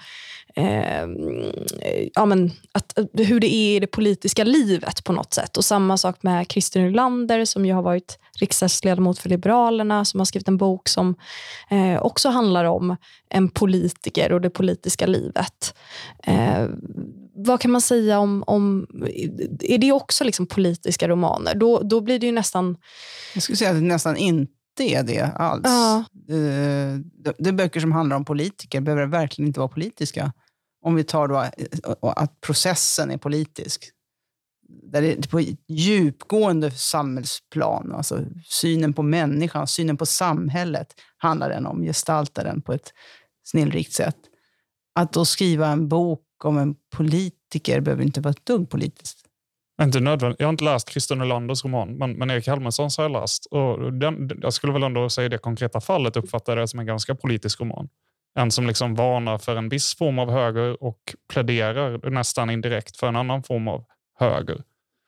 hur det är i det politiska livet på något sätt. Och samma sak med Christer Nylander som ju har varit riksdagsledamot för Liberalerna, som har skrivit en bok som också handlar om en politiker och det politiska livet. Vad kan man säga om är det också liksom politiska romaner? Då blir det ju nästan... Jag skulle säga att det nästan inte är det alls. Ja. Det böcker som handlar om politiker behöver verkligen inte vara politiska. Om vi tar då att processen är politisk. Där det är på djupgående samhällsplan, alltså synen på människan, synen på samhället handlar den om, gestaltar den på ett snillrikt sätt. Att då skriva en bok om en politiker behöver inte vara ett dugg politiskt. Inte nödvändigt. Jag har inte läst Christer Nylanders roman, men Erik Helmerssons har jag läst. Och jag skulle väl ändå säga det konkreta fallet uppfattar det som en ganska politisk roman. En som liksom varnar för en viss form av höger och pläderar nästan indirekt för en annan form av höger.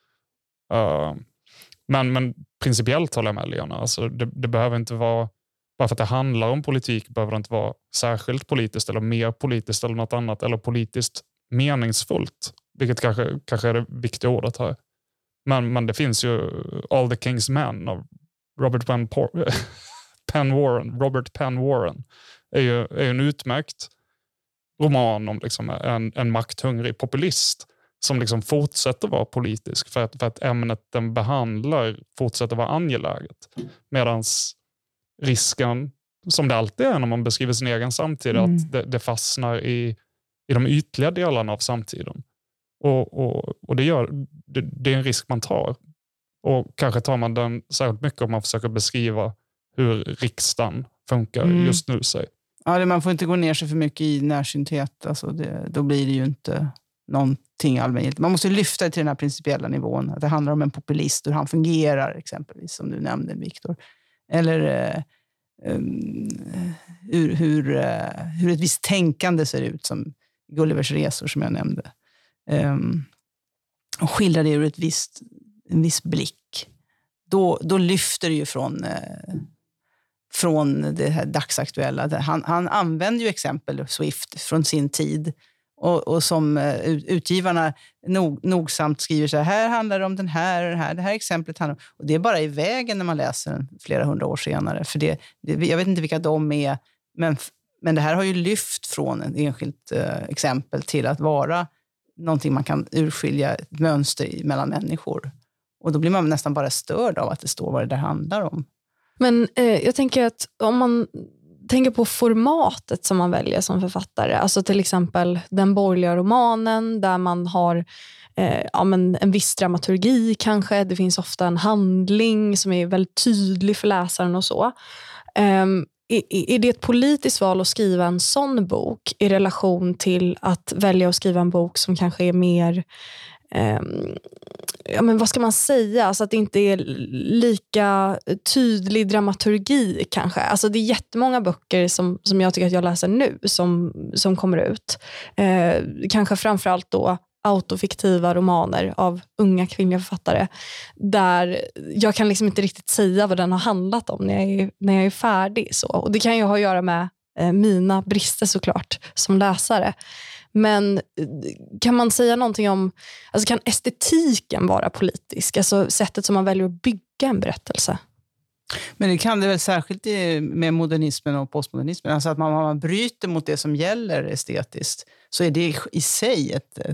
Men principiellt håller jag med Lena. Alltså det behöver inte vara, bara för att det handlar om politik behöver det inte vara särskilt politiskt eller mer politiskt eller något annat, eller politiskt meningsfullt, vilket kanske är det viktiga ordet här. Men det finns ju All the King's Men av Robert Penn Warren är ju en utmärkt roman om liksom en makthungrig populist som liksom fortsätter vara politisk för att ämnet den behandlar fortsätter vara angeläget. Medans risken, som det alltid är när man beskriver sin egen samtid, att det fastnar i de ytliga delarna av samtiden. Och det är en risk man tar. Och kanske tar man den särskilt mycket om man försöker beskriva hur riksdagen funkar just nu. Ja, man får inte gå ner sig för mycket i närsynthet. Alltså då blir det ju inte någonting allmängiltigt. Man måste lyfta det till den här principiella nivån. Att det handlar om en populist, hur han fungerar exempelvis, som du nämnde, Viktor. Eller hur ett visst tänkande ser ut, som Gullivers resor som jag nämnde. Och skildrar det ur en viss blick. Då lyfter det ju från det här dagsaktuella. Han använder ju exempel Swift från sin tid och som utgivarna nogsamt skriver så här handlar det om det här exemplet handlar om, och det är bara i vägen när man läser den flera hundra år senare, för jag vet inte vilka de är, men det här har ju lyft från ett enskilt exempel till att vara någonting man kan urskilja ett mönster mellan människor, och då blir man nästan bara störd av att det står vad det där handlar om. Men jag tänker att om man tänker på formatet som man väljer som författare, alltså till exempel den borgerliga romanen där man har en viss dramaturgi kanske, det finns ofta en handling som är väldigt tydlig för läsaren och så. Är det ett politiskt val att skriva en sån bok i relation till att välja att skriva en bok som kanske är mer vad ska man säga, alltså att det inte är lika tydlig dramaturgi kanske. Alltså det är jättemånga böcker som jag tycker att jag läser nu som kommer ut. Kanske framförallt då autofiktiva romaner av unga kvinnliga författare där jag kan liksom inte riktigt säga vad den har handlat om när jag är färdig. Så. Och det kan ju ha att göra med mina brister såklart som läsare. Men kan man säga någonting om, alltså kan estetiken vara politisk? Alltså sättet som man väljer att bygga en berättelse? Men det kan det väl särskilt med modernismen och postmodernismen. Alltså att man bryter mot det som gäller estetiskt. Så är det i sig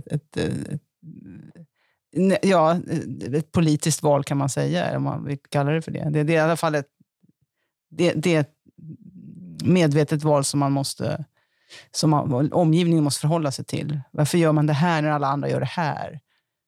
ett politiskt val, kan man säga. Om man vill kalla det för det. Det är i alla fall det är ett medvetet val som omgivningen måste förhålla sig till. Varför gör man det här när alla andra gör det här?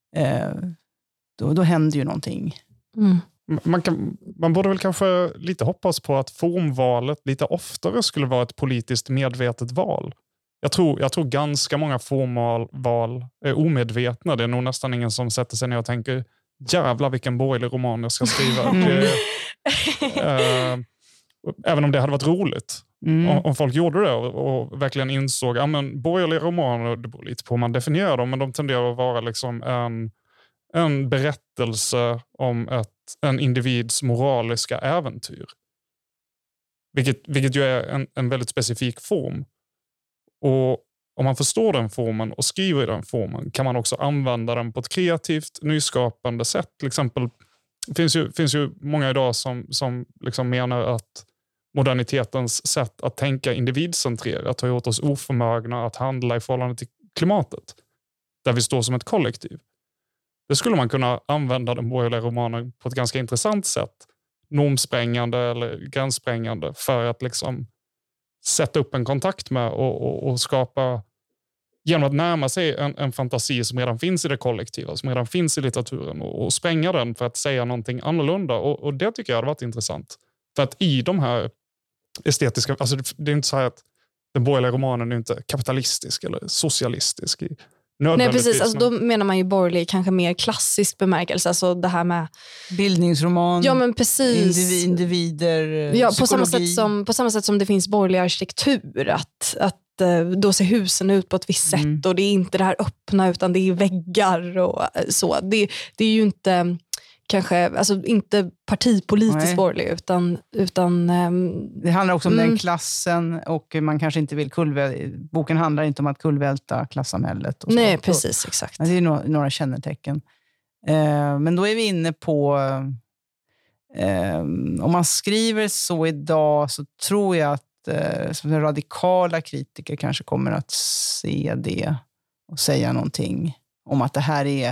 Då händer ju någonting. Mm. Man borde väl kanske lite hoppas på att formvalet lite oftare skulle vara ett politiskt medvetet val. Jag tror ganska många formval är omedvetna. Det är nog nästan ingen som sätter sig ner och tänker jävlar vilken borgerlig roman jag ska skriva. Även om det hade varit roligt. Om folk gjorde det och verkligen insåg att borgerliga romaner, det beror lite på hur man definierar dem, men de tenderar att vara liksom en berättelse om en individs moraliska äventyr. Vilket ju är en väldigt specifik form. Och om man förstår den formen och skriver i den formen kan man också använda den på ett kreativt, nyskapande sätt. Till exempel, det finns ju många idag som liksom menar att modernitetens sätt att tänka individcentrerat har gjort oss oförmögna att handla i förhållande till klimatet. Där vi står som ett kollektiv. Det skulle man kunna använda den borgerliga romanen på ett ganska intressant sätt. Normsprängande eller gränssprängande för att liksom sätta upp en kontakt med och skapa, genom att närma sig en fantasi som redan finns i det kollektiva, som redan finns i litteraturen och spränga den för att säga någonting annorlunda. Och det tycker jag hade varit intressant. För att i de här estetiska, alltså det är inte så här att den borgerliga romanen är inte kapitalistisk eller socialistisk. Nej, precis. Alltså, då menar man ju borgerlig kanske mer klassisk bemärkelse. Alltså det här med bildningsroman, ja, men precis. Individer, ja, psykologi. på samma sätt som det finns borgerlig arkitektur. Att då ser husen ut på ett visst sätt och det är inte det här öppna utan det är väggar och så. Det är ju inte kanske, alltså inte partipolitiskt borgerlig utan det handlar också om den klassen och man kanske inte vill boken handlar inte om att kullvälta klassamhället och så. Nej, precis, exakt. Det är några kännetecken. Men då är vi inne på om man skriver så idag så tror jag att som radikala kritiker kanske kommer att se det och säga någonting om att det här är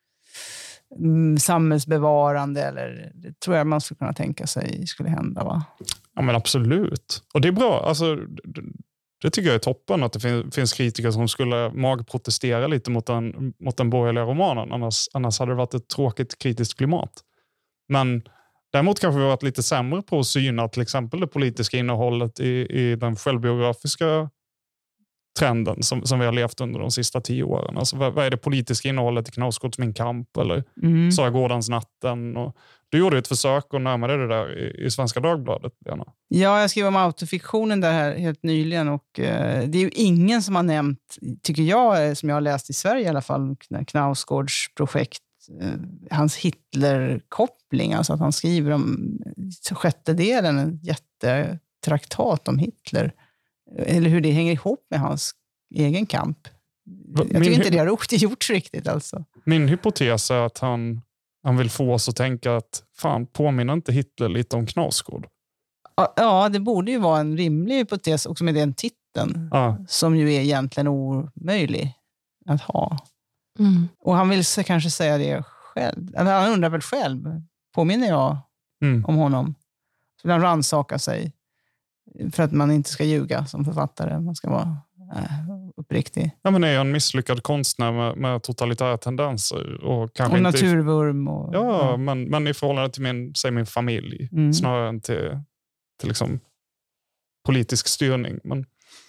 samhällsbevarande, eller det tror jag man skulle kunna tänka sig skulle hända, va? Ja, men absolut. Och det är bra. Alltså, det tycker jag är toppen att det finns kritiker som skulle magprotestera lite mot den borgerliga romanen. Annars hade det varit ett tråkigt kritiskt klimat. Men däremot kanske vi har varit lite sämre på att syna till exempel det politiska innehållet i den självbiografiska trenden som vi har levt under de sista 10 åren. Alltså, vad är det politiska innehållet i Knausgårds Min kamp eller Sara Gårdans Natten? Och du gjorde ett försök att närma dig det där i Svenska Dagbladet, Lena. Ja, jag skrev om autofiktionen där här helt nyligen och det är ju ingen som har nämnt, tycker jag, som jag har läst i Sverige i alla fall, Knausgårds projekt, hans Hitler-koppling, alltså att han skriver om 6:e delen, en jättetraktat om Hitler. Eller hur det hänger ihop med hans egen kamp. Jag tycker inte det har gjorts riktigt alltså. Min hypotes är att han vill få oss att tänka att fan, påminner inte Hitler lite om Knausgård? Ja, det borde ju vara en rimlig hypotes också med den titeln. Som ju är egentligen omöjlig att ha. Och han vill kanske säga det själv. Eller han undrar väl själv. Påminner jag om honom? Så han rannsakar sig. För att man inte ska ljuga som författare. Man ska vara uppriktig. Ja, men är jag en misslyckad konstnär med totalitära tendenser? Och naturvurm. Ja, men i förhållande till min familj. Snarare än till liksom politisk styrning. Men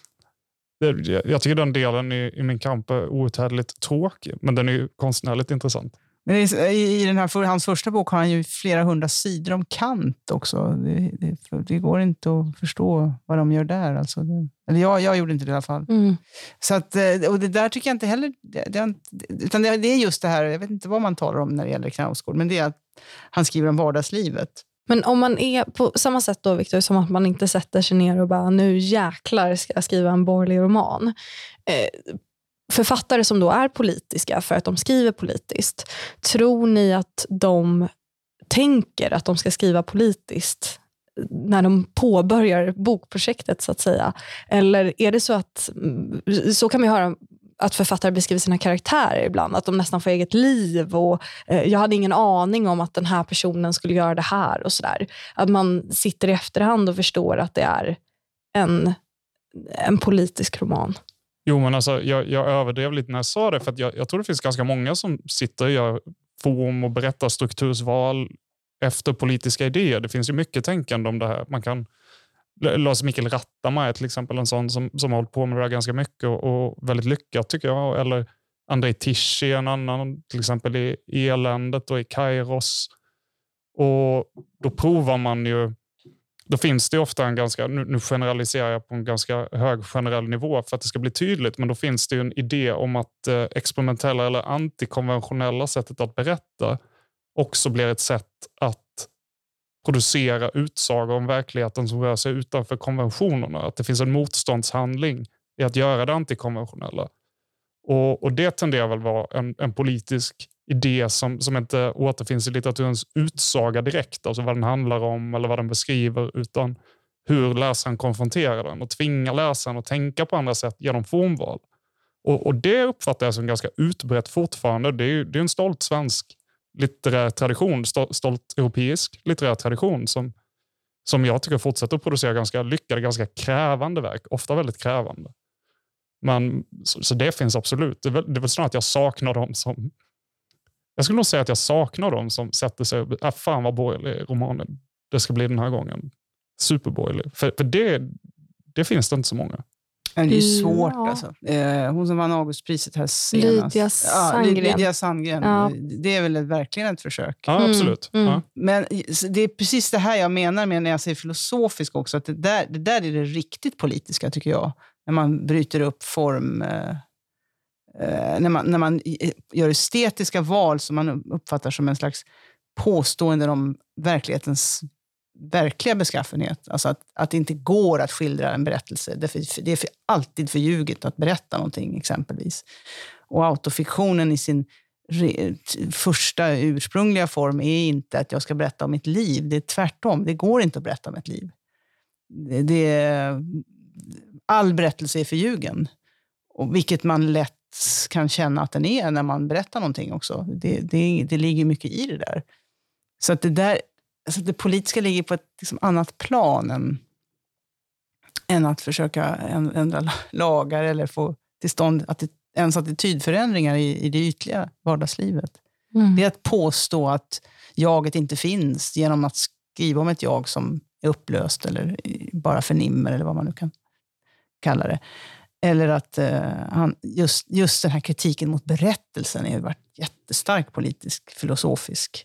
jag tycker den delen i Min kamp är outhärdligt tråkig. Men den är ju konstnärligt intressant. Men i den här, hans första bok har han ju flera 100 sidor om Kant också. Det går inte att förstå vad de gör där. Alltså eller jag gjorde inte det i alla fall. Så att, och det där tycker jag inte heller... Utan det är just det här, jag vet inte vad man talar om när det gäller Knausgård, men det är att han skriver om vardagslivet. Men om man är på samma sätt då, Victor, som att man inte sätter sig ner och bara nu jäklar ska jag skriva en borgerlig roman. Författare som då är politiska för att de skriver politiskt, tror ni att de tänker att de ska skriva politiskt när de påbörjar bokprojektet så att säga? Eller är det så att, så kan man höra att författare beskriver sina karaktärer ibland, att de nästan får eget liv och jag hade ingen aning om att den här personen skulle göra det här och sådär. Att man sitter i efterhand och förstår att det är en politisk roman. Jo, men alltså, jag överdrev lite när jag sa det, för att jag tror det finns ganska många som sitter och gör form- och berättarstruktursval efter politiska idéer. Det finns ju mycket tänkande om det här. Man kan, Lars Mikael Rattama är till exempel en sån som har hållit på med det här ganska mycket och väldigt lyckat tycker jag. Eller Andrei Tichy, en annan, till exempel i Eländet och i Kairos. Och då provar man ju, då finns det ofta en ganska, nu generaliserar jag på en ganska hög generell nivå för att det ska bli tydligt, men då finns det ju en idé om att experimentella eller antikonventionella sättet att berätta också blir ett sätt att producera utsagor om verkligheten som rör sig utanför konventionerna. Att det finns en motståndshandling i att göra det antikonventionella. Och det tenderar väl vara en politisk idé som inte återfinns i litteraturens utsaga direkt, alltså vad den handlar om eller vad den beskriver, utan hur läsaren konfronterar den och tvingar läsaren att tänka på andra sätt genom formval. Och det uppfattar jag som ganska utbrett fortfarande. Det är en stolt svensk litterär tradition, stolt europeisk litterär tradition som jag tycker fortsätter att producera ganska lyckade, ganska krävande verk, ofta väldigt krävande. Men så det finns absolut. Det är väl snarare att jag saknar dem som, jag skulle nog säga att jag saknar dem som sätter sig och fan vad borgerlig romanen det ska bli den här gången. Superborgerlig. För det finns det inte så många. Det är ju svårt alltså. Hon som vann Augustpriset här senast. Lydia Sandgren. Ja. Det är väl verkligen ett försök. Ja, absolut. Ja. Men det är precis det här jag menar med när jag säger filosofisk också. Att det där är det riktigt politiska tycker jag. När man bryter upp form. När man gör estetiska val som man uppfattar som en slags påstående om verklighetens verkliga beskaffenhet. Alltså att det inte går att skildra en berättelse. Det är alltid förljuget att berätta någonting exempelvis. Och autofiktionen i sin första ursprungliga form är inte att jag ska berätta om mitt liv. Det är tvärtom. Det går inte att berätta om ett liv. All berättelse är förljugen. Och vilket man lätt kan känna att den är när man berättar någonting också. Det ligger mycket i det där. Så att det där, alltså det politiska ligger på ett liksom annat plan än att försöka ändra lagar eller få till stånd ens attitydförändringar i det ytliga vardagslivet. Det är att påstå att jaget inte finns genom att skriva om ett jag som är upplöst eller bara förnimmer eller vad man nu kan kalla det. Eller att just den här kritiken mot berättelsen har varit jättestark politisk, filosofisk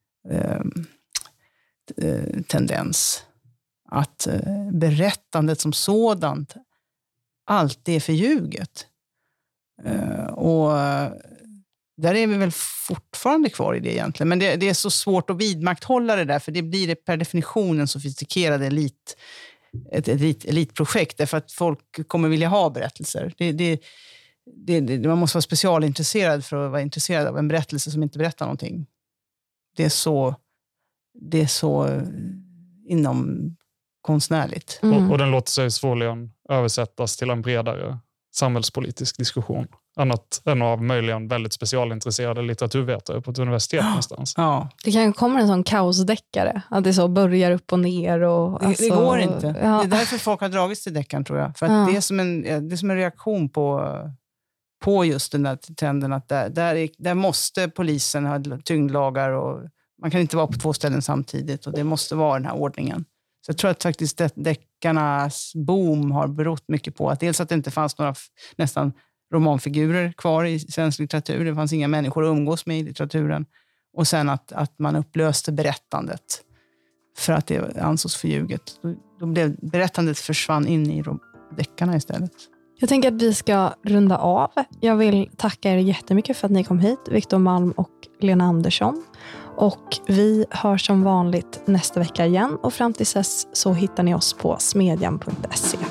tendens. Att berättandet som sådant alltid är förljuget. Och där är vi väl fortfarande kvar i det egentligen. Men det är så svårt att vidmakthålla det där, för det blir per definition en sofistikerad ett elitprojekt, därför att folk kommer vilja ha berättelser. Man måste vara specialintresserad för att vara intresserad av en berättelse som inte berättar någonting. Det är så inom konstnärligt. Och den låter sig svårligen översättas till en bredare samhällspolitisk diskussion. Annat än av möjligen väldigt specialintresserade litteraturvetare på ett universitet någonstans. Ja. Det kan komma en sån kaosdeckare. Att det så börjar upp och ner. Och, det går inte. Ja. Det är därför folk har dragits till deckaren, tror jag. För att det är som en reaktion på just den där trenden att där måste polisen ha tyngdlagar och man kan inte vara på 2 ställen samtidigt och det måste vara den här ordningen. Så jag tror att faktiskt deckarnas boom har berott mycket på att dels att det inte fanns några nästan romanfigurer kvar i svensk litteratur. Det fanns inga människor att umgås med i litteraturen. Och sen att man upplöste berättandet för att det ansågs förljuget. Då blev berättandet försvann in i deckarna istället. Jag tänker att vi ska runda av. Jag vill tacka er jättemycket för att ni kom hit, Victor Malm och Lena Andersson. Och vi hörs som vanligt nästa vecka igen. Och fram till dess så hittar ni oss på smedjan.se.